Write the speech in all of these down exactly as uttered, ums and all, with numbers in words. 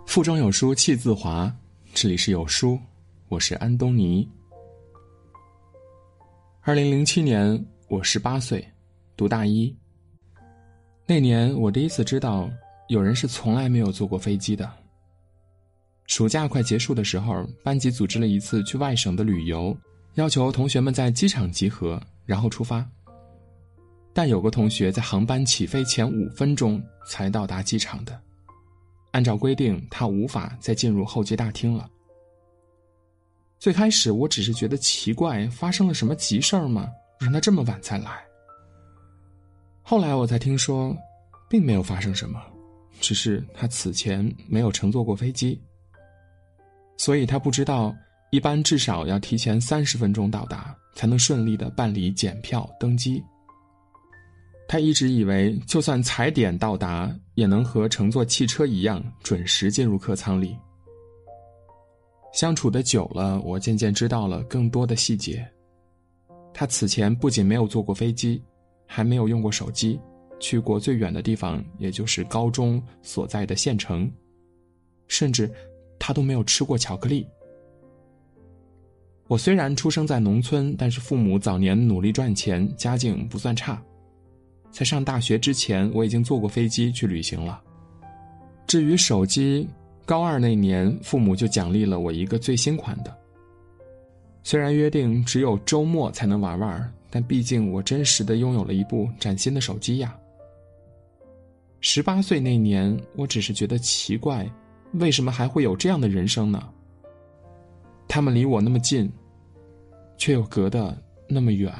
腹中有书气自华，这里是有书，我是安东尼。二零零七年，我十八岁，读大一。那年我第一次知道有人是从来没有坐过飞机的。暑假快结束的时候，班级组织了一次去外省的旅游，要求同学们在机场集合，然后出发。但有个同学在航班起飞前五分钟才到达机场的，按照规定他无法再进入候机大厅了。最开始我只是觉得奇怪，发生了什么急事儿吗？让他这么晚才来。后来我才听说并没有发生什么，只是他此前没有乘坐过飞机，所以他不知道一般至少要提前三十分钟到达，才能顺利地办理检票登机。他一直以为就算踩点到达，也能和乘坐汽车一样准时进入客舱里。相处的久了，我渐渐知道了更多的细节。他此前不仅没有坐过飞机，还没有用过手机，去过最远的地方也就是高中所在的县城，甚至他都没有吃过巧克力。我虽然出生在农村，但是父母早年努力赚钱，家境不算差。在上大学之前，我已经坐过飞机去旅行了。至于手机，高二那年父母就奖励了我一个最新款的。虽然约定只有周末才能玩玩，但毕竟我真实的拥有了一部崭新的手机呀。十八岁那年，我只是觉得奇怪，为什么还会有这样的人生呢？他们离我那么近，却又隔得那么远。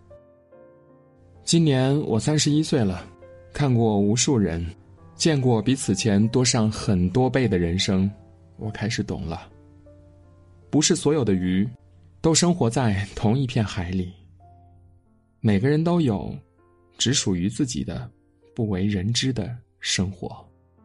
今年我三十一岁了，看过无数人，见过比此前多上很多倍的人生，我开始懂了。不是所有的鱼都生活在同一片海里，每个人都有只属于自己的不为人知的生活。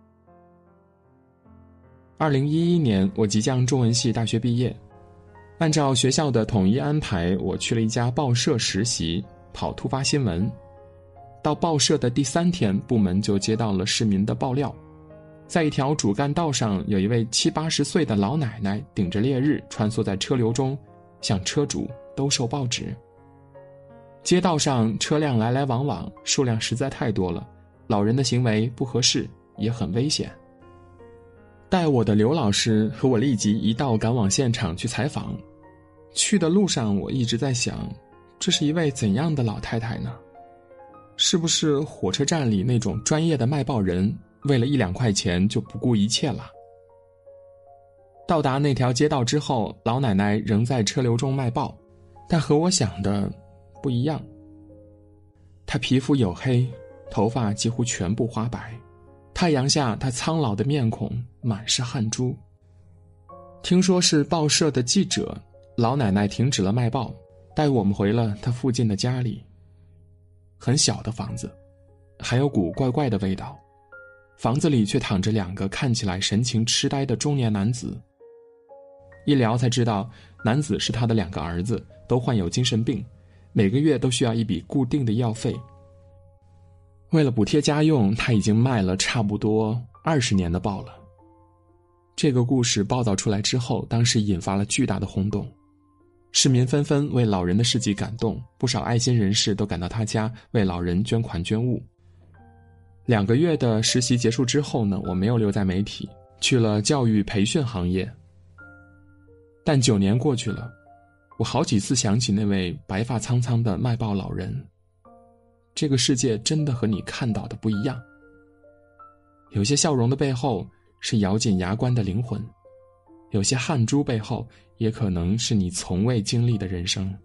二零一一年，我即将中文系大学毕业，按照学校的统一安排，我去了一家报社实习，跑突发新闻。到报社的第三天，部门就接到了市民的爆料，在一条主干道上，有一位七八十岁的老奶奶顶着烈日穿梭在车流中，向车主兜售报纸。街道上车辆来来往往，数量实在太多了，老人的行为不合适，也很危险。带我的刘老师和我立即一道赶往现场去采访。去的路上，我一直在想，这是一位怎样的老太太呢？是不是火车站里那种专业的卖报人，为了一两块钱就不顾一切了？到达那条街道之后，老奶奶仍在车流中卖报，但和我想的不一样。她皮肤黝黑，头发几乎全部花白，太阳下她苍老的面孔满是汗珠。听说是报社的记者，老奶奶停止了卖报，带我们回了她附近的家里。很小的房子，还有股怪怪的味道。房子里却躺着两个看起来神情痴呆的中年男子。一聊才知道，男子是他的两个儿子，都患有精神病，每个月都需要一笔固定的药费。为了补贴家用，他已经卖了差不多二十年的报了。这个故事报道出来之后，当时引发了巨大的轰动。市民纷纷为老人的事迹感动，不少爱心人士都赶到他家为老人捐款捐物。两个月的实习结束之后呢，我没有留在媒体，去了教育培训行业。但九年过去了，我好几次想起那位白发苍苍的卖报老人。这个世界真的和你看到的不一样。有些笑容的背后是咬紧牙关的灵魂，有些汗珠背后也可能是你从未经历的人生。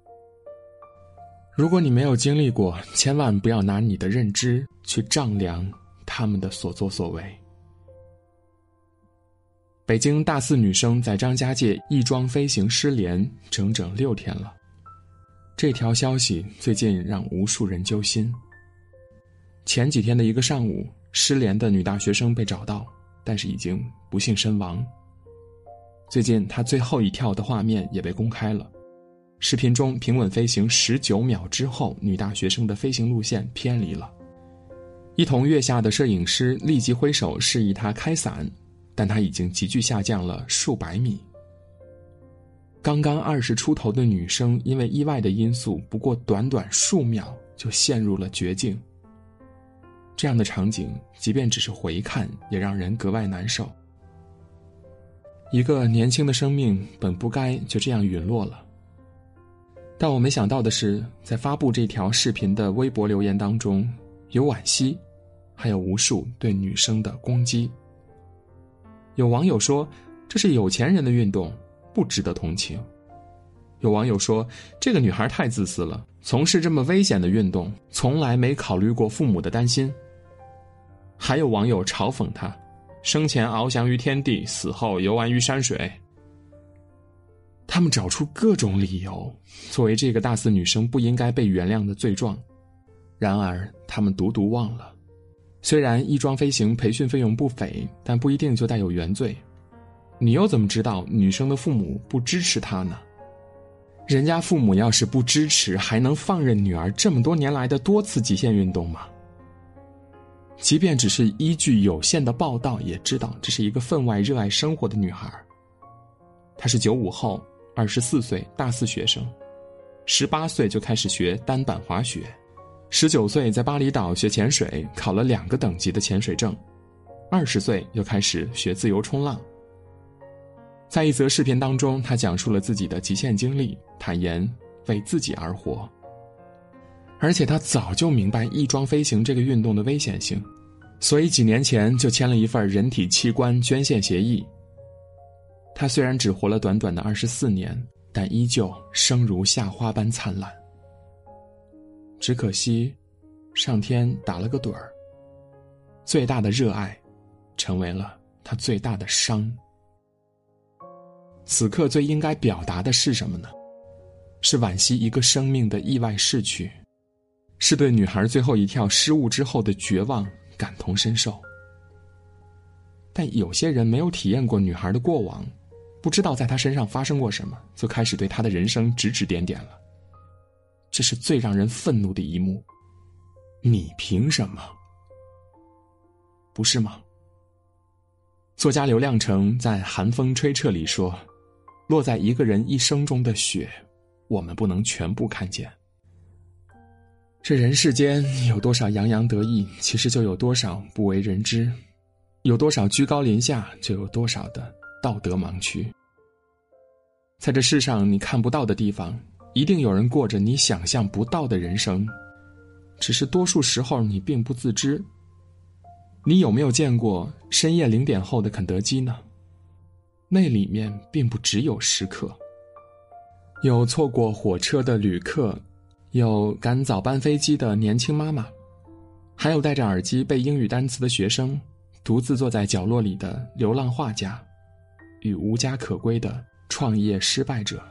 如果你没有经历过，千万不要拿你的认知去丈量他们的所作所为。北京大四女生在张家界翼装飞行失联整整六天了，这条消息最近让无数人揪心。前几天的一个上午，失联的女大学生被找到，但是已经不幸身亡。最近她最后一跳的画面也被公开了，视频中平稳飞行十九秒之后，女大学生的飞行路线偏离了。一同跃下的摄影师立即挥手示意她开伞， 但它已经急剧下降了数百米。刚刚二十出头的女生因为意外的因素，不过短短数秒就陷入了绝境。这样的场景，即便只是回看，也让人格外难受。一个年轻的生命本不该就这样陨落了。但我没想到的是，在发布这条视频的微博留言当中，有惋惜，还有无数对女生的攻击。有网友说，这是有钱人的运动，不值得同情。有网友说，这个女孩太自私了，从事这么危险的运动，从来没考虑过父母的担心。还有网友嘲讽她，生前翱翔于天地，死后游玩于山水。他们找出各种理由，作为这个大四女生不应该被原谅的罪状。然而他们独独忘了，虽然翼装飞行培训费用不菲，但不一定就带有原罪。你又怎么知道女生的父母不支持她呢？人家父母要是不支持，还能放任女儿这么多年来的多次极限运动吗？即便只是依据有限的报道，也知道这是一个分外热爱生活的女孩。她是九五后，二十四岁，大四学生，十八岁就开始学单板滑雪，十九岁在巴厘岛学潜水，考了两个等级的潜水证，二十岁又开始学自由冲浪。在一则视频当中，他讲述了自己的极限经历，坦言为自己而活。而且他早就明白翼装飞行这个运动的危险性，所以几年前就签了一份人体器官捐献协议。他虽然只活了短短的二十四年，但依旧生如夏花般灿烂。只可惜，上天打了个盹儿，最大的热爱，成为了他最大的伤。此刻最应该表达的是什么呢？是惋惜一个生命的意外逝去，是对女孩最后一跳失误之后的绝望感同身受。但有些人没有体验过女孩的过往，不知道在她身上发生过什么，就开始对她的人生指指点点了。这是最让人愤怒的一幕。你凭什么？不是吗？作家刘亮程在《寒风吹彻》里说，落在一个人一生中的雪，我们不能全部看见。这人世间有多少洋洋得意，其实就有多少不为人知；有多少居高临下，就有多少的道德盲区。在这世上你看不到的地方，一定有人过着你想象不到的人生，只是多数时候你并不自知。你有没有见过深夜零点后的肯德基呢？那里面并不只有食客，有错过火车的旅客，有赶早班飞机的年轻妈妈，还有戴着耳机背英语单词的学生，独自坐在角落里的流浪画家，与无家可归的创业失败者。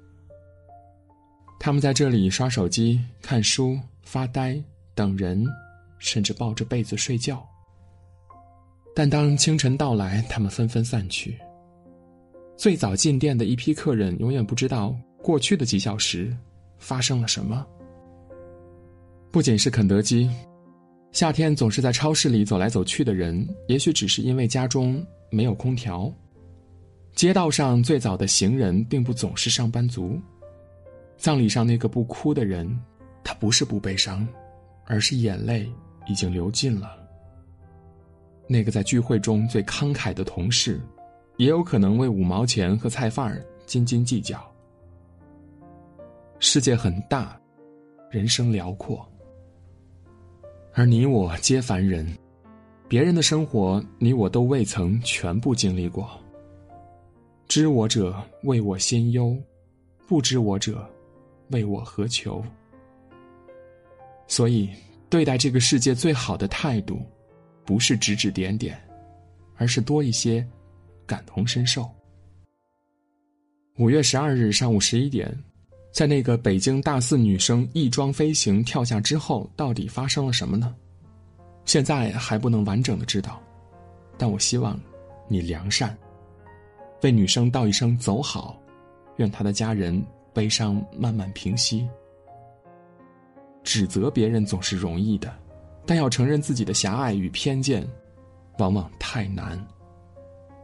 他们在这里刷手机、看书、发呆、等人，甚至抱着被子睡觉。但当清晨到来，他们纷纷散去。最早进店的一批客人永远不知道过去的几小时发生了什么。不仅是肯德基，夏天总是在超市里走来走去的人，也许只是因为家中没有空调。街道上最早的行人并不总是上班族。葬礼上那个不哭的人，他不是不悲伤，而是眼泪已经流尽了。那个在聚会中最慷慨的同事，也有可能为五毛钱和菜贩儿斤斤计较。世界很大，人生辽阔，而你我皆凡人，别人的生活你我都未曾全部经历过。知我者为我先忧，不知我者为我何求。所以对待这个世界最好的态度，不是指指点点，而是多一些感同身受。五月十二日上午十一点，在那个北京大四女生翼装飞行跳下之后，到底发生了什么呢？现在还不能完整的知道，但我希望你良善，为女生道一声走好，愿她的家人悲伤慢慢平息。指责别人总是容易的，但要承认自己的狭隘与偏见，往往太难。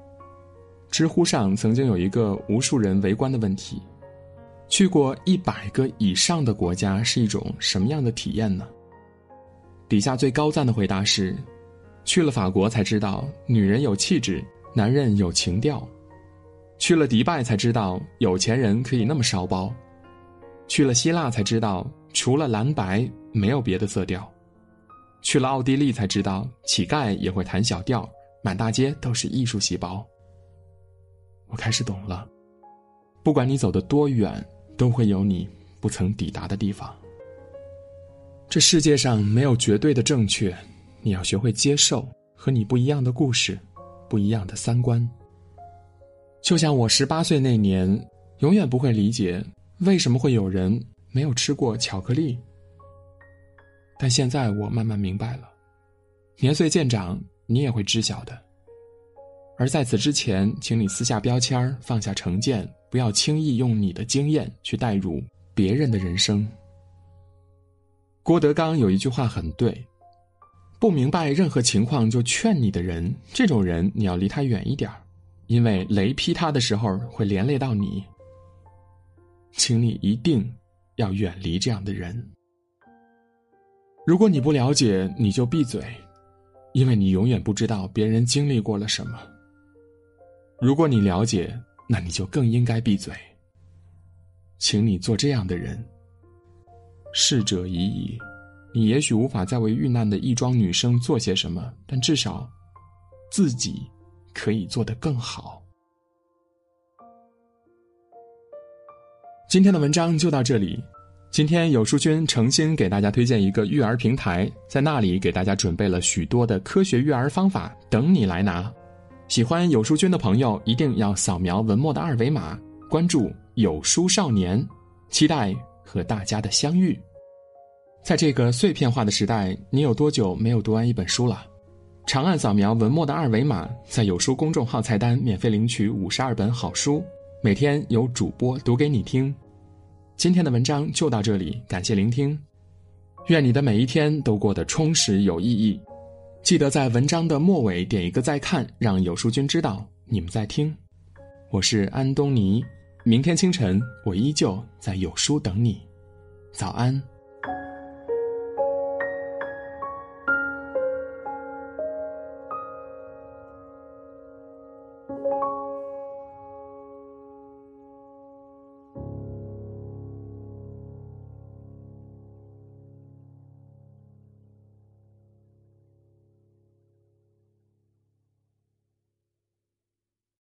知乎上曾经有一个无数人围观的问题：去过一百个以上的国家是一种什么样的体验呢？底下最高赞的回答是：去了法国才知道女人有气质，男人有情调；去了迪拜才知道有钱人可以那么烧包；去了希腊才知道除了蓝白没有别的色调；去了奥地利才知道乞丐也会弹小调，满大街都是艺术细胞。我开始懂了，不管你走得多远，都会有你不曾抵达的地方。这世界上没有绝对的正确，你要学会接受和你不一样的故事，不一样的三观。就像我十八岁那年，永远不会理解为什么会有人没有吃过巧克力，但现在我慢慢明白了，年岁渐长，你也会知晓的。而在此之前，请你撕下标签，放下成见，不要轻易用你的经验去带入别人的人生。郭德纲有一句话很对：不明白任何情况就劝你的人，这种人你要离他远一点，因为雷劈他的时候会连累到你。请你一定要远离这样的人。如果你不了解，你就闭嘴，因为你永远不知道别人经历过了什么。如果你了解，那你就更应该闭嘴。请你做这样的人。逝者已矣，你也许无法再为遇难的亦庄女生做些什么，但至少自己可以做得更好。今天的文章就到这里。今天有书君诚心给大家推荐一个育儿平台，在那里给大家准备了许多的科学育儿方法，等你来拿。喜欢有书君的朋友一定要扫描文末的二维码，关注有书少年，期待和大家的相遇。在这个碎片化的时代，你有多久没有读完一本书了？长按扫描文末的二维码，在有书公众号菜单免费领取五十二本好书，每天有主播读给你听。今天的文章就到这里，感谢聆听。愿你的每一天都过得充实有意义。记得在文章的末尾点一个再看，让有书君知道你们在听。我是安东尼，明天清晨我依旧在有书等你。早安。